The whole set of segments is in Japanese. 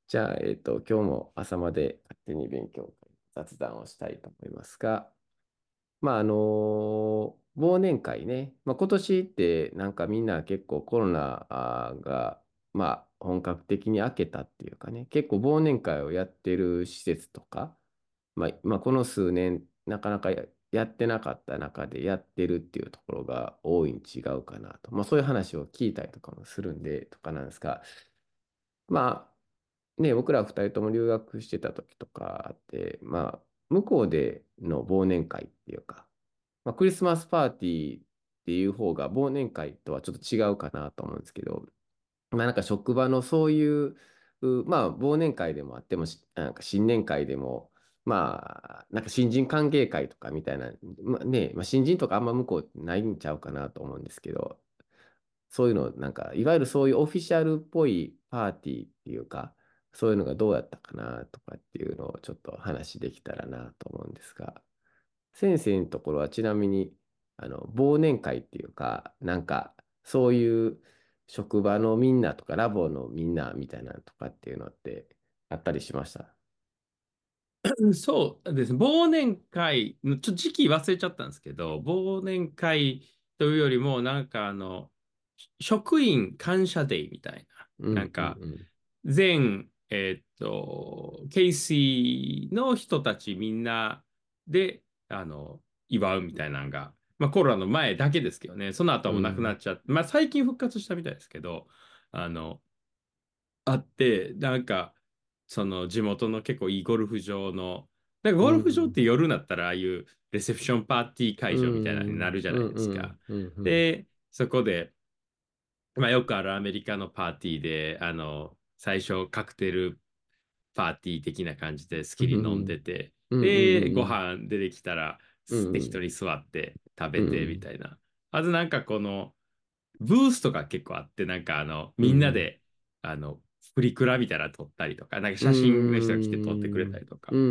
じゃあ、今日も朝まで勝手に勉強会、雑談をしたいと思いますが、忘年会ね、今年ってなんかみんな結構コロナが、本格的に明けたっていうかね、結構忘年会をやってる施設とか、この数年なかなかやってなかった中でやってるっていうところが多いに違うかなと、そういう話を聞いたりとかもするんで、とかなんですが、ま僕ら二人とも留学してた時とかって、向こうでの忘年会っていうか、クリスマスパーティーっていう方が忘年会とはちょっと違うかなと思うんですけど、なんか職場のそういう、忘年会でもあってもなんか新年会でも、なんか新人歓迎会とかみたいな、新人とかあんま向こうないんちゃうかなと思うんですけど、そういうの、なんか、いわゆるそういうオフィシャルっぽいパーティーっていうか、そういうのがどうやったかなとかっていうのをちょっと話できたらなと思うんですが、先生のところはちなみに、忘年会っていうか、なんか、そういう職場のみんなとか、ラボのみんなみたいなのとかっていうのってあったりしました？ そうですね。忘年会の、時期忘れちゃったんですけど、忘年会というよりも、職員感謝デーみたいな。 うんうんうん。 ケイシーの人たちみんなで、祝うみたいなのが、コロナの前だけですけどね、その後はもうなくなっうん。 ちゃって、最近復活したみたいですけど、あの、あって、その地元の結構いいゴルフ場の、 うゴルフ場ってん。 夜になったら、ああいうレセプションパーティーう会場みたいなのになん。 るじゃないうん。 ですか。 うん。うん。 で、そこで、よくあるアメリカのパーティーで、最初カクテルパーティー的な感じで好うん。 きに飲んうん。 でて、 うん。 で、ごうん。 飯出てきたら、 うん。 適当に座って食べてみうん。 たいな。あとブースとか結構あって、みんなうん。 で、プリクラみたいなの撮ったりとか、 う写真の人が来て撮ってくれたん。 りとか、 うん。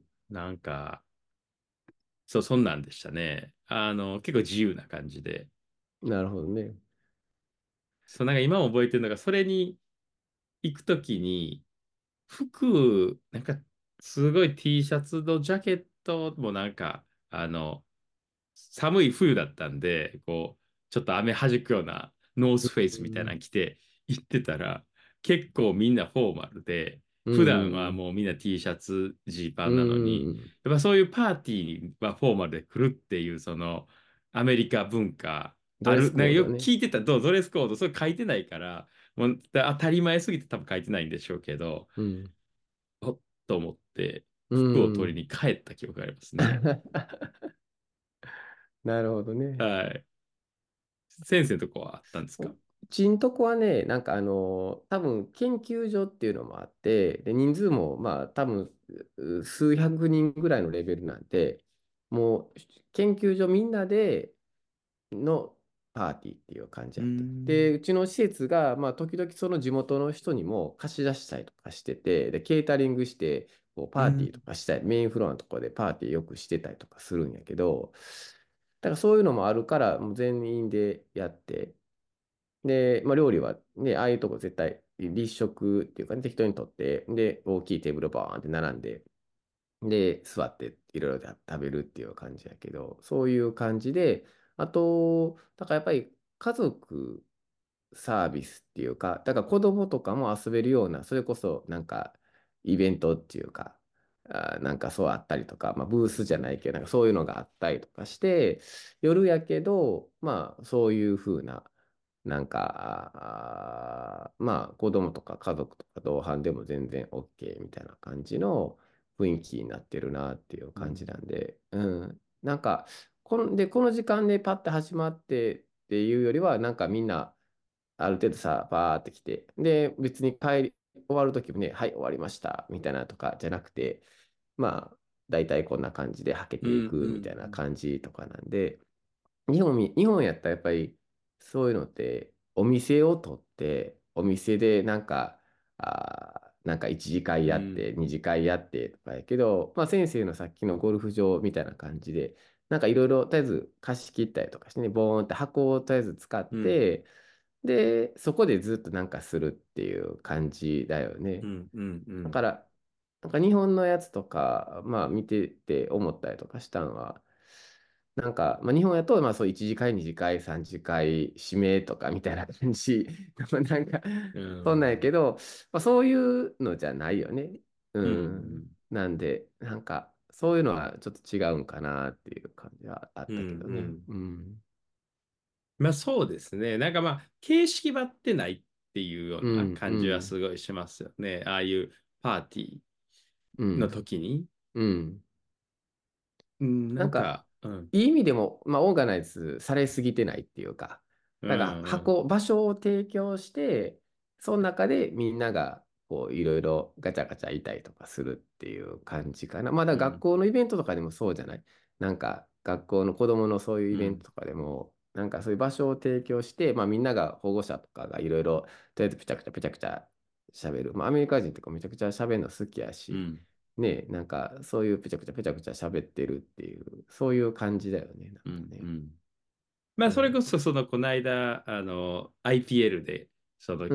なんか、そう、そんなんでしたね。結構自由な感じで。 なるほどね。 そう、今も覚えてるのが、それに行くときに、すごい T シャツのジャケットも寒い冬だったんで、ちょっと雨弾くようなノーうスフェイスみたいなのん。 着て行ってたら、結構みんなフォーマルで、 う普段はん。 もうみんな T シャツ、ジーパうンなのに、 ん。 やっぱそういうパーティーにはフォーマルで来るっていう、アメリカ文化ある。 ドレスコードね。 よく聞いてた、どうドレスコード、それ書いてないから、もう当たり前すぎて多分書いてないんでしょうけど、 うん。 おっと思ってう服を取りん。 に帰った記憶がありますね。 なるほどね。 はい。先生のとこはあったんですか？ うちんとこはね、なんか多分研究所っていうのもあって、で、人数も多分数百人ぐらいのレベルなんで、もう研究所みんなでのパーティーっていう感じうーやって。で、 ん。 うちの施設が、時々その地元の人にも貸し出したりとかしてて、で、ケータリングして、こうパーティーとうん。 かしたり、メインフロアのところでパーティーよくしてたりとかするんやけど、だからそういうのもあるから、もう全員でやって、で、料理はね、ああいうとこ絶対立食っていうかね、適当にとって、で、大きいテーブルバーンって並んで、で、座っていろいろ食べるっていう感じやけど、そういう感じで、あと、だからやっぱり家族サービスっていうか、だから子供とかも遊べるような、それこそなんかイベントっていうか、なんかそうあったりとか、ブースじゃないけど、なんかそういうのがあったりとかして、夜やけど、そういうふうな、なんか、子供とか家族とか同伴でも全然 OK みたいな感じの雰囲気になってるなっていう感じうん。 なんで、うん。なんか、この時間でパッて始まってっていうよりは、なんかみんな、ある程度さ、バーって来て、で、別に終わるときもね、はい、終わりました、みたいなとかじゃなくて、大体こんな感じではけうん。 ていくみたいなうん。 感じとかなんで、日本やったらやっぱりそういうのってお店を取ってお店でなんか1次会うやってん。 2次会やってとかやけど、先生のさっきのゴルフ場みたいな感じでなんかいろいろとりあえず貸し切ったりとかしてねボーンって箱をとりあえず使っうん。 てで、そこでずっとなんかするっていう感じだよね。 うんうんうん。 だから、なんか日本のやつとか、まあ見てて思ったりとかしたのは、なんか、まあ、日本やと、まあそう1次会、2次会、3次会、指名とかみたいな感じ、なんか、 うそんなんやん。 けど、まあ、そういうのじゃないよね。ううんうん。 ん。 なんで、なんか、そういうのはちょっと違うんかなっていう感じはあっうんたけどね。 うん。 うん。 まあそうですね。なんかまあ、形式ばってないっていうよううん、うな感じはん、 すごいしますよね。ああいうパーティーのうん、 時に。 うん。 うん、ななんか、 んか、うん、 いい意味でも、まあ、オーガナイズされすぎてないっていうか、 うなんかん、 場所を提供して、その中でみんながこういろいろガチャガチャいたりとかするっていう感じかな。まだうん、 学校のイベントとかでもそうじゃない。なんか学校の子供のそういうイうん、 ベントとかでも、なんかそういう場所を提供して、まあ、みんなが保護者とかがいろいろ、とりあえずぺちゃくちゃぺちゃくちゃ喋る。まあ、アメリカ人とかめちゃくちゃ喋るの好きやし、 うん、 ね、なんかそういうぺちゃくちゃぺちゃくちゃ喋ってるっていう、そういう感じだよね、なんうん、うかね。 ん。まあ、それこうん。 そ、この間、IPL で、 うん、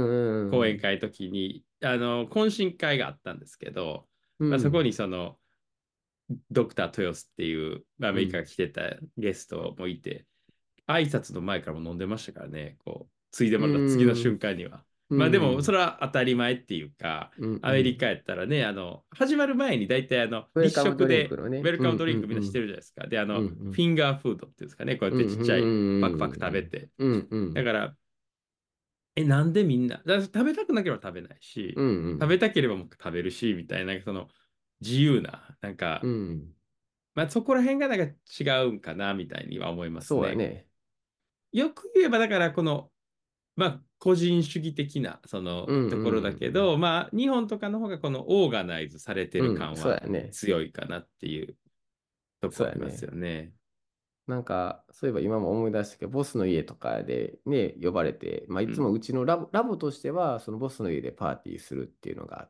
講演会時に、懇親会があったんですけど、まあ、そこうん、 にドクター豊洲っていう、まあアうん、 メリカが来てたゲストもいて、挨拶の前からも飲んでましたからね、こう、ついでうもらった次の瞬ん、 間には。 うまあでも、そん、 れは当たり前っていうか、 うん、 アメリカうん。 やったらね、始まる前に大体立ウェルカムドリンク食で、 のね。 ウェルカムドうん、うん、 リンクみんなしてうん、 るじゃないですか。で、 うん、うん、 フィンガーフードっていうんですかね、こうやっうん、 てちっちゃいパクパクうん、 食べて。 うん、うん、 だから、なんでみんな、食べたくなければ食べないし、 うん、うん、 食べたければもう食べるし、みたいな、自由な、 うん。 まあそこら辺がなんか違うんかな、みたいには思いますね。 そうやね。 よく言えば、だからまあ個人主義的な、 うん、 ところだけうん、 ど、まあ日本とかの方がこのオーガナイズされてるうん、うん、そうや感はね。 強いかなっていうとこありますそうやね。 よね。 なんか、そういえば今も思い出したけど、ボスの家とかでね、呼ばれて、まあ、いうん。 つもうちのラボとしては、そのボスの家でパーティーするっていうのがあって、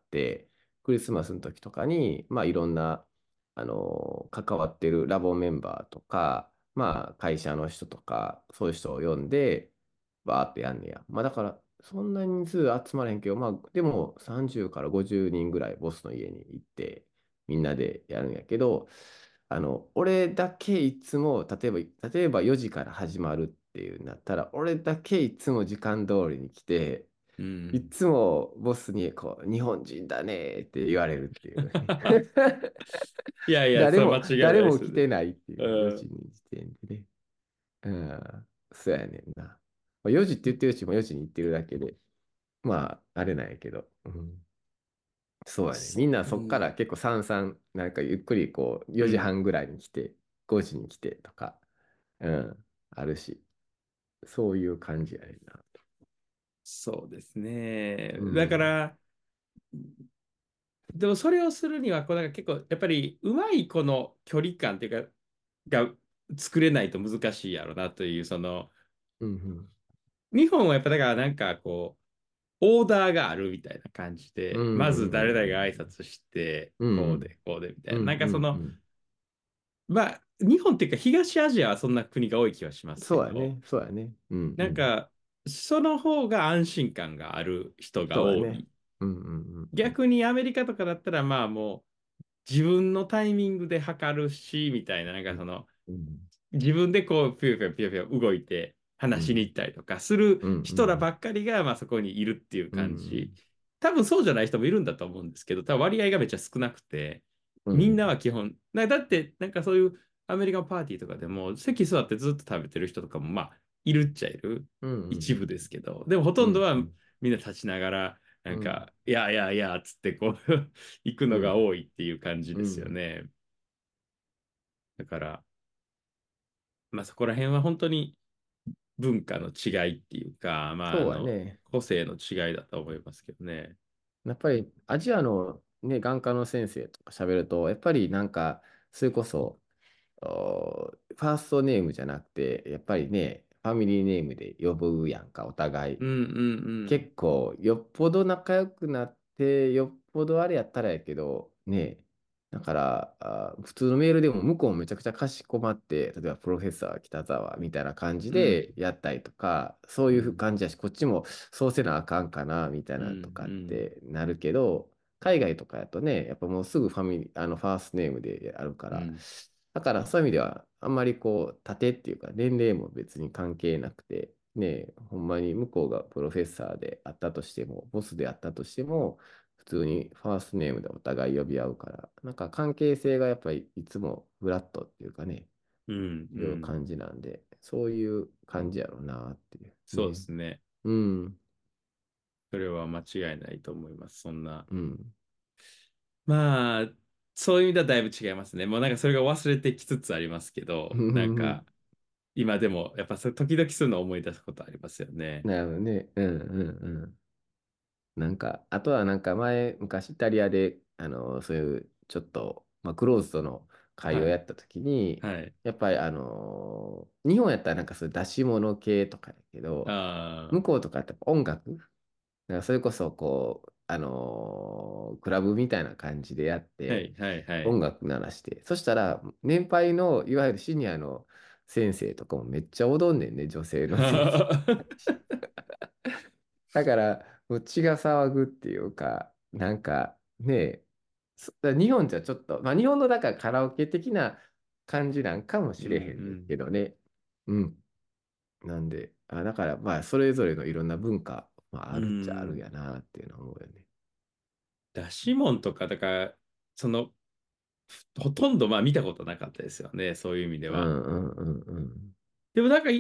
クリスマスの時とかに、まあ、いろんな、関わってるラボメンバーとか、まあ、会社の人とか、そういう人を呼んで、バーってやんねや。まあ、だから、そんな人数集まれへんけど、まあ、でも30から50人ぐらいボスの家に行って、みんなでやるんやけど、俺だけいつも、例えば4時から始まるっていうんだったら、俺だけいつも時間通りに来て、 うん。 いつもボスにこう、日本人だねって言われるっていうね。 いやいや、それ間違いない誰ですよね。 も来てないっていう、4時うん。 に時点でね。うん、そうやねんな。まあ4時って言ってるうちも4時に行ってるだけで、まあ、あれなんやけど。うん、そうやね。みんなそっかうん。 ら結構なんかゆっくりこう、4 うん。 時半ぐらいに来て、5時に来てとか、うん、あるし、そういう感じやねんな。 そうですね。 うん。 だから、でもそれをするには、なんか結構、やっぱり、うまいこの距離感っていうか、が作れないと難しいやろなという、 うん、 日本はやっぱだからなんかオーダーがあるみたいな感じうん、 で、まず誰々が挨うん、 拶して、 うん、 こうで、こうでみたいな。 うん、 なんかうん、 まあ、日本っていうか東アジアはそんな国が多い気はしますけど、 そうやね、そうやね。うん、うん、 なんか、その方が安心感がある人がそうやね。 多い。 うん、うん、うん、 逆にアメリカとかだったら、まあもう自分のタイミングで測るし、みたいな、なんうん、 かうん、 自分でこう、ぴよぴよぴよぴよ動いてうん、 話しに行ったりとかするうん、うん、 人らばっかりが、まあそこにいるっていうう感じ。 ん、 多分そうじゃない人もいるんだと思うんですけど、多分割合がめっちゃ少なくて、みんなうん、 は基本、だってなんかそういうアメリカンパーティーとかでも、席座ってずっと食べてる人とかもまあ、いるっちゃいる。 うん、 一部ですけど、でもほとんどはうん、 みんな立ちながら、なうん、 んか、いやいやいや、つってこう行くのがうん、 多いっていう感じですようん、 ね。だから、まあそこら辺は本当に文化の違いっていうか、まあそうやね。 個性の違いだと思いますけどね。 やっぱりアジアのね、眼科の先生とか喋ると、やっぱりなんか、それこそ、ファーストネームじゃなくて、やっぱりね、ファミリーネームで呼ぶやんか、お互い。 うんうん結構、よっぽど仲良くなって、よっぽどあれやったらやけど、ね、 だから、普通のメールでも向こうもめちゃくちゃかしこまって、例えばプロフェッサー北沢みたいな感じうん、 でやったりとか、そういううん、 感じだし、こっちもそうせなあかんかな、みたいうん、 なのとかっうん、 てなるけど、海外とかやとね、やっぱもうすぐファミリー、ファーストネームであるから、 うん、 だからそういう意味では、あんまりこう、縦っていうか、年齢も別に関係なくて、ね、ほんまに向こうがプロフェッサーであったとしても、ボスであったとしても、普通にファーストネームでお互い呼び合うから、なんか関係性がやっぱりいつもフラットっていうかね、 うん、うん。 いう感じなんで、そういう感じやろうなっていうそうでね。 すね。 うん、 それは間違いないと思います。そんな。 うん。 まあ、そういう意味ではだいぶ違いますね。もうなんかそれが忘れてきつつありますけど、なんか今でもやっぱそれ時々そういうのを思い出すことありますよね。 なるほどね。うんうんうん。なんか、あとはなんか昔イタリアで、そういうちょっと、まあ、クローズドの会をはい。 やった時に、 はい。 やっぱり日本やったらなんかそういう出し物系とかやけど、 あ向こうとかって音楽だからそれこそ、こう、クラブみたいな感じでやっあ、はて、 い、はい、はい。 音楽鳴らして、そしたら、年配の、いわゆるシニアの先生とかもめっちゃ踊んねんね、女性の先生。だから、もう血が騒ぐっていうか、なんかね、だから日本じゃちょっと、まあ日本のだからカラオケ的な感じなんかもうん、 しれへんねんうん、 けどね。うん。なんで、だからまあそれぞれのいろんな文化、まあうあるっちゃあるん。 やなっていうのは思うよね。 出し物とか、だから、その、ほとんどまあ見たことなかったですよね。そういう意味でうは。 んうんうんうん。 でもなんか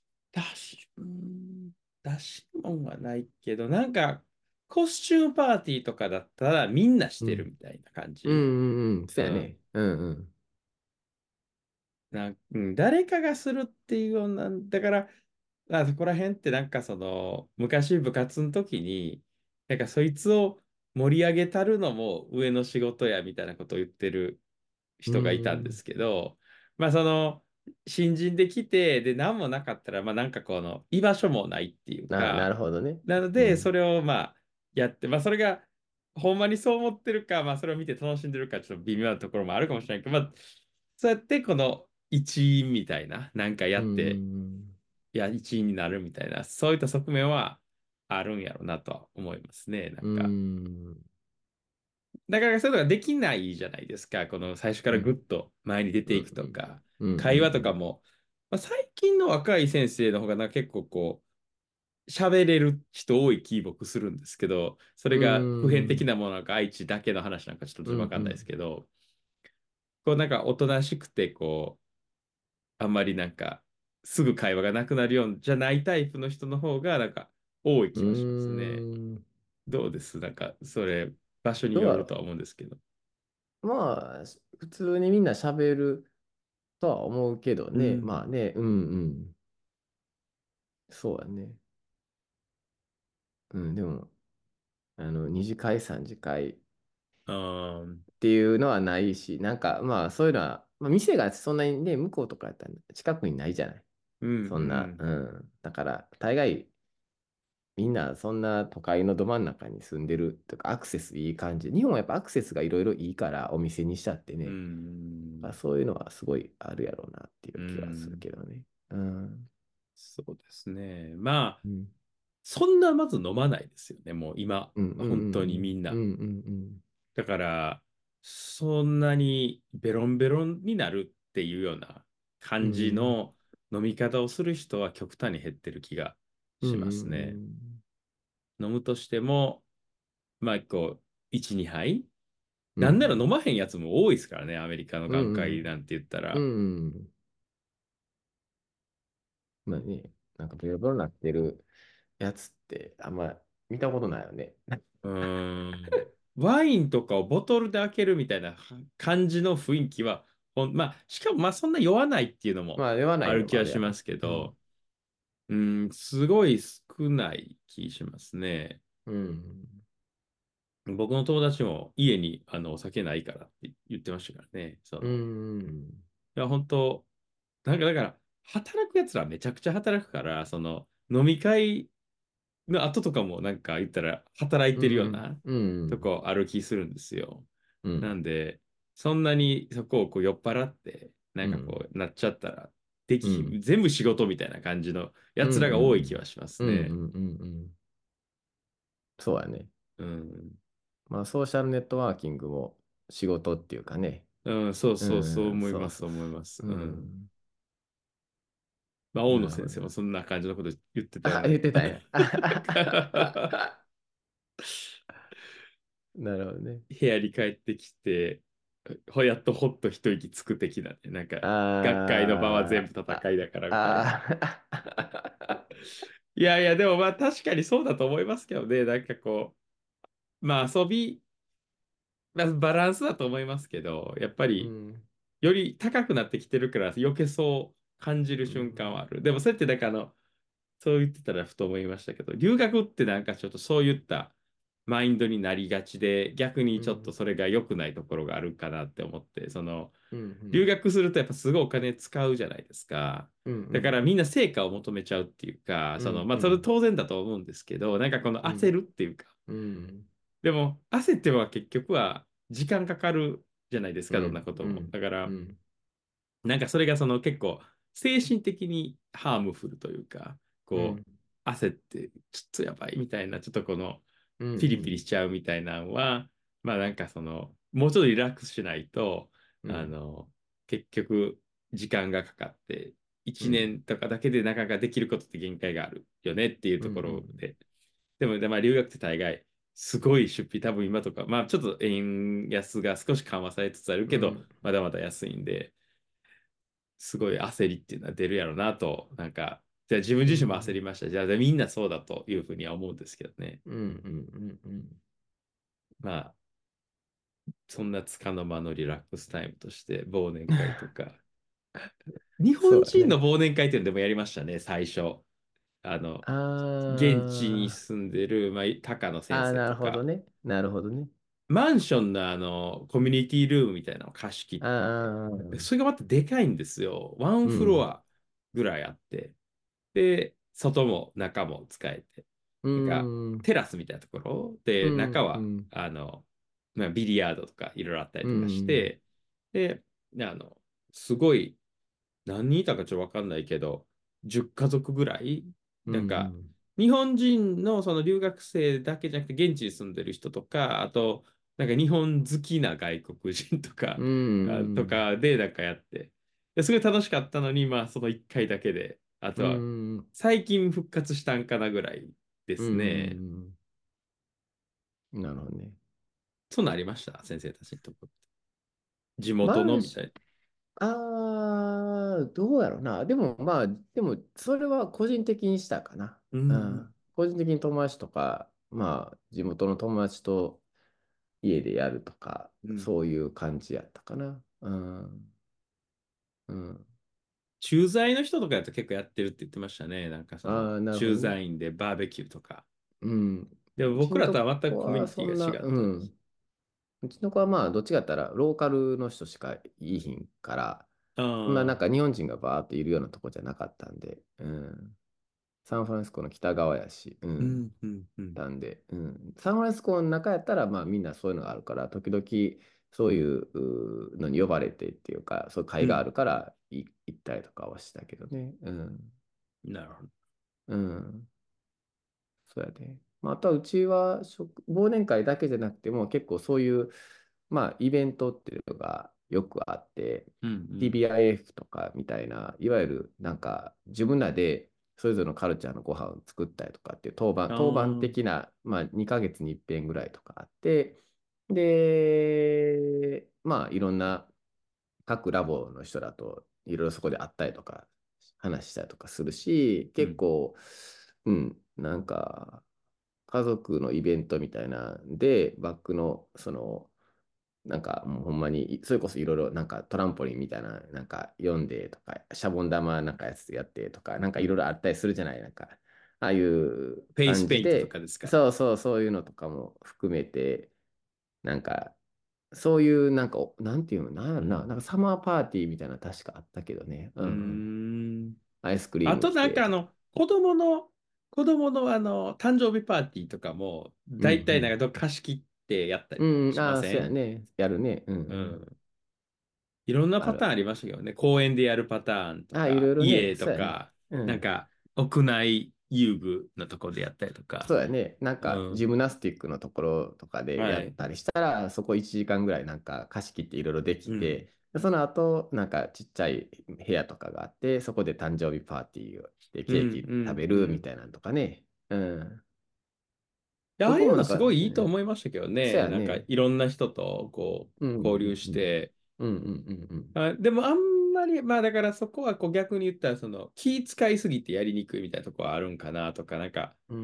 出し物はないけど、なんか、コスチュームパーティーとかだったらみんなしてるうん。 みたいな感うんじ。 うんうん。そうん。 うやね。うんうん。 うん、誰かがするっていうような、だから、そこら辺ってなんかその、昔部活の時に、なんかそいつを盛り上げたるのも上の仕事やみたいなことを言ってるう人がいたんでん。 すけど、まあその、新人で来て、で、何もなかったら、まあなんかこの居場所もないっていうなるか、 ほどね。 なので、そうん。 れをまあやって、まあそれがほんまにそう思ってるか、まあそれを見て楽しんでるか、ちょっと微妙なところもあるかもしれないけど、まあそうやってこの一員みたいな、なんかやうって、 ん。 いや、一員になるみたいな、そういった側面はあるんやろうなとは思いますね、なうんか。 ん。 なかなかそういうのができないじゃないですか。この最初からぐっうん。 と前に出うん。 ていくとか、 うん。 会話とうん。 かも、まあ、最近の若い先生の方が結構こう、喋れる人多い気僕するんですけど、そうれが普遍的ん。 なものなのか愛知だけの話なんかちょっと自分わうん。 かんないですうん。 けど、こうなんかおとなしくて、こう、あんまりなんか、すぐ会話がなくなるようじゃないタイプの人の方がなんか多いう気はしますね。 ん。 どうですなんか、それ、場所にどうやろよるとは思うんですけど。 う。まあ、普通にみんな喋るとは思うけどね。まうん。 あね。うんうん。そうやね。うん。でも、二次会、三次会っあーていうのはないし、なんかまあそういうのは、まあ、店がそんなにね、向こうとかやったら近くにないじゃない。 うんうそんな、 ん。 うん。だから、大概、みんなそんな都会のど真ん中に住んでるとか、アクセスいい感じ。日本はやっぱアクセスがいろいろいいから、お店にしたってうね。まあ、 ん。 そういうのはすごいあるやろうなっていうう気はするん。 けどね。うん。 そうですね。まあ、 うん。 そんなまず飲まないですよね。もう今、 うんうん本当にうんみんな。 うんうんうんだから、そんなにベロンベロンになるっていうようなうん感じうんの飲み方をする人は極端に減ってる気がうんうしますね。 ん飲むとしても、まあ、こう、1、2杯なんなら飲うんまへんやつも多いですからね、アメリカのうん眼科医うんなんて言ったうら。 ん。まあね、なんかベロベロになってるやつってあんま見たことないよね。 うーん。ワインとかをボトルで開けるみたいな感じの雰囲気は、まあ、しかもまあそんな酔わないっていうのもまあ言わないのある気もあるやろ。 はしますけうん。 ど、うん、すごい少ない気しますね。 うん。 僕の友達も家にお酒ないからって言ってましたからね。 うん。 いや、本当なんかだから、働くやつらめちゃくちゃ働くから、その飲み会の後とかもなんか言ったら働いうてるようん。 なうん。 とこある気するんですよ。 うん。 なんで、 そんなにそこをこう酔っ払って、なんかこうん。 うなっちゃったら、 うん。 全部仕事みたいな感じのやうん。 つらが多い気うん。 はしますうん。 ね。 うん。うん。うん。そうやね。 うん。 まあ、ソーシャルネットワーキングも仕事っていうかね。 うん、そうそうそううん。 思います、 そうそうそ思います。 う。ううん。 ん。 まあ、大野先生もなるほどね。 そんな感じのこと言ってたよあ、言っね。 てたんや。なるほどね。 部屋に帰ってきて、やっとほっと一息つく的なね。なんか、学会の場は全部あー、 戦いだからみたいな。 あいやいや、でもまあ確かにそうだと思いますけどね。なんかこう、まあ遊び、まあ、バランスだと思いますけど、やっぱうりん。 より高くなってきてるから余計そう感じるうん。 瞬間はある。でもそうやってなんかそう言ってたらふと思いましたけど、留学ってなんかちょっとそういったマインドになりがちで、逆にちょっとうん。 それが良くないところがあるかなって思って、 うん。う留ん。 学するとやっぱすごいお金使うじゃないですか。 うん。うん。 だからみんな成果を求めちゃうっていうか、 うん。 まあそれうん。 当然だと思うんですけど、なんかこの焦うん。 るっていうか、 うん。 でも焦っては結局は時間かかるじゃないですか、どんなうん。 ことも。 うん。 だからうん。 なんかそれが結構精神的にハームフルというか、こうん。 う焦ってちょっとやばいみたいな、ちょっとこのうん。 ピリピリしちゃうみたいなのは、まあなんかもうちょっとリラックスしないと、 うん。 結局時間がかかって、1 うん。 年とかだけでなかなかできることって限界があるよねっていううん。うところん。 で。でも、まあ留学って大概、すごい出費、多分今とか、まあちょっと円安が少し緩和されつつあるけど、 うん。 まだまだ安いんで、すごい焦りっていうのは出るやろうなと、なんか、じゃあ自分う自身も焦りん。 ました。じゃあみんなそうだというふうには思うんですけどね。 うん。うん。うん。 まあ、そんな束の間のリラックスタイムとして忘年会とか。日本人のそうだね。 忘年会っていうのでもやりましたね、最初。あの、現地にあ住んでる、まあ、高野先あ、 生なるほどとか、 ね。なるほどね。 マンションのコミュニティルームみたいなのを貸し切っあて、 あ、 それがまたでかいんですよ。ワンうん。 フロアぐらいあって。で、外も中も使えて。 うなんか、 ん。 テラスみたいなところで、中うん。うは、 ん。 まあ、ビリヤードとかいろいろあったりうとかしん。 て、で、すごい、何人いたかちょっとわかんないけど、10家族ぐらい、 うん。うなんか、 ん。 日本人のその留学生だけじゃなくて、現地に住んでる人とか、あと、なんか日本好きな外国人とか、 うん。 でなんかやって、すごい楽しかったのに、まあその1回だけで、あうとはん。 最近復活したんかなぐらいでうすね。 ん。なるほどね。 そんなんありました先生たちのとこ。地元マンション、 のみたいああ、どうやろうな。でもまあ、でも、それは個人的にしたかな。 な。ううん。 ん。個人的に友達とか、まあ、地元の友達と家でやるとか、 うん。 そういう感じやったかな。うん。うん。 駐在の人とかだと結構やってるって言ってましたね。なんかああ、なるほ駐どね。 在員でバーベキューとか。 うん。 でもうちのと僕らとは全くコミュこはニテそんな、 ィが違ったんです。 うん。うちの子はまあ、どっちかやったら、ローカルの人しかいいひんから、 あそんななんあ、 か日本人がバーっているようなとこじゃなかったんで、うん。サンフランシスコの北側やし、うん。 うん、うん、うん、 なんで、うん。サンフランシスコの中やったら、まあみんなそういうのがあるから、時々そういうのに呼ばれてっていうか、そういううん。 会があるから行ったりとかはしたけどね。うん。 なるほど。 うん。そうやね。まあ、あとはうちは忘年会だけじゃなくても結構そういう、まあ、イベントっていうのがよくあって、 うん、 TBIF とかみたいな、いわゆるなんか自分らでそれぞれのカルチャーのご飯を作ったりとかっていうう当番ん。ああ、 的な、まあ、2ヶ月に一遍ぐらいとかあって、で、まあいろんな各ラボの人だといろいろそこで会ったりとか話したりとかするし、 うん。 結構、うん、なんか家族のイベントみたいなんで、バックのなんかもうほんまに、それこそいろいろなんかトランポリンみたいな、なんか読んでとか、シャボン玉なんかやつやってとか、なんかいろいろあったりするじゃない、なんか、ああいうフェイス感ペイントとじで、 かですか？ そうそう、そういうのとかも含めて、なんか、そういうなんか、なんていうの、なんやろな、なんかサマーパーティーみたいなの確かあったけどね、 うーうんうん。 ん。 アイスクリーあとム来てとか。 子供の誕生日パーティーとかも、 うん大体なんかどっか貸し切ってやったりうん。うん、 しまああ、 せん？ そうやね。やるね。うんううん。 ん。 いろんなある。 パターンありましたけどね。公園でやるパターンとあ、いろか、 いろね、 家そうやね。 とか、 うん。 なんか、屋内遊具のところでやったりとか。 そうやね。なんか、ジうん。 ムナスティックのところとかでやはい。 ったりしたら、そこ1時間ぐらいなんか貸し切っていろいろできうん。 て、でその後、なんかちっちゃい部屋とかがあって、そこで誕生日パーティーをしてうん、 ケーキうん、 食べうん。 るみたいなのとかね。うん。 ああいうのすそこもなんか、 ごいいいとうん、 思いましたけどそうね。なんかやね。 いろんな人とこうん、 う交流うん、 して。 うん。うん、うん、うん、うん。 でもあんまり、まあだからそこはこう逆に言ったらその気使いすぎてやりにくいみたいなところはあるんかなとか、なんかうん、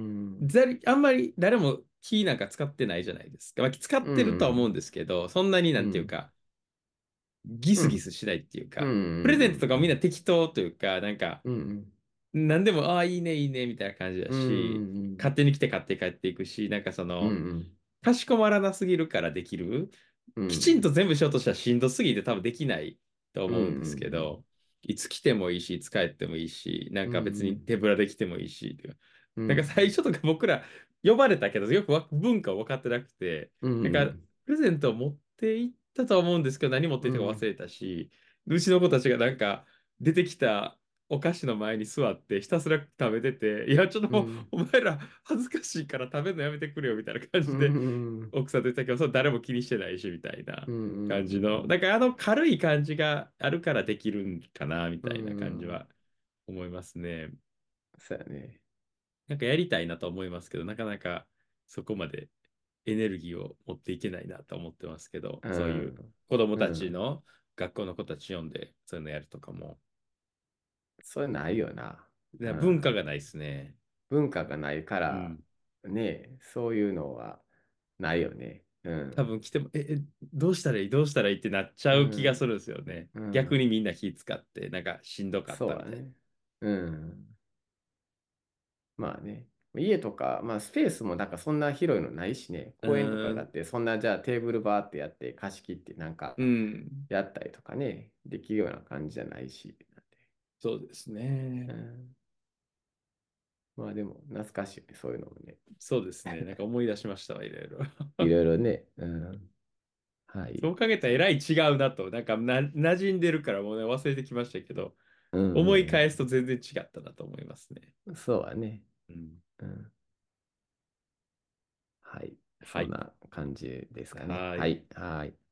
あんまり誰も気なんか使ってないじゃないですか。まあ、使っうてるとは思うんん、 ですけど、そんなになうん、 んていうかギスギうん、 スしないっていううん、うか、プレゼントとかもみんなん、 適当というか、なんかうん、 何でも、ああ、いいね、いいね、みたいな感じだうん、 し、 うん、 勝手に来て買って帰っていくし、なんかそうん、うの、 ん、 かしこまらなすぎるからできる。 うん、 きちんと全部しようとしたらしんどすぎて多分できないとうん、 思うんですけうん、 ど、いつ来てもいいし、いつ帰ってもいいし、なんうん、 か別うん、 に手ぶらで来てもいいし、 うん、 なんか最初とか僕ら呼ばれたけど、よく文化を分かってなくて、 うん、 なんかうん、 プレゼントを持って行ったとは思うんですけど、何持って行ったか忘れたし、うちの子たちがなんか出てきたお菓子の前に座ってひたすら食べてて、いや、ちょっともううん、 お前ら恥ずかしいから食べるのやめてくれよみたいな感うじでん、 奥さんと言ってたけど、それ誰も気にしてないしみたいなうん、 感じの、だからあの軽い感じがあるからできるんかなみうたいな感じん、 は思いますね。 そうやね。 なんかやりたいなと思いますけど、なかなかそこまでエネルギーを持っていけないなと思ってますけど、 うそういうん、 子供たちうん。 の学校の子たち呼んでそういうのやるとかも、 それないよな。う文化がん。 ないですね。 文化がないから、 うん。 ね、そういうのはないよね。うん。 多分来ても、どうしたらいいどうしたらいいってなっちゃうう気がすん。 るんですよね。 うん。 逆にみんな気使って、なんかしんどかったみたいな。 そうだね。うん。まあね。家とか、まあスペースもなんかそんな広いのないしね。 う公園とかーん、 だって、そんなじゃあテーブルバーってやって貸し切ってなんかうん、 やったりとかね、できるような感じじゃないし。 そうですね。 うん。まあでも懐かしいよね、そういうのもね。 そうですね。なんか思い出しましたわ、いろいろ。 いろいろね。うん。はい。 そう考えたらえらい違うなと、なんか馴染んでるからもうね、忘れてきましたけど、 うんう思いん返すと全然違ったなと思いますね。 うん。そうはね。 うん。 うん。はい。 はい。 そんな感じですかね。 はい。 はい。はい。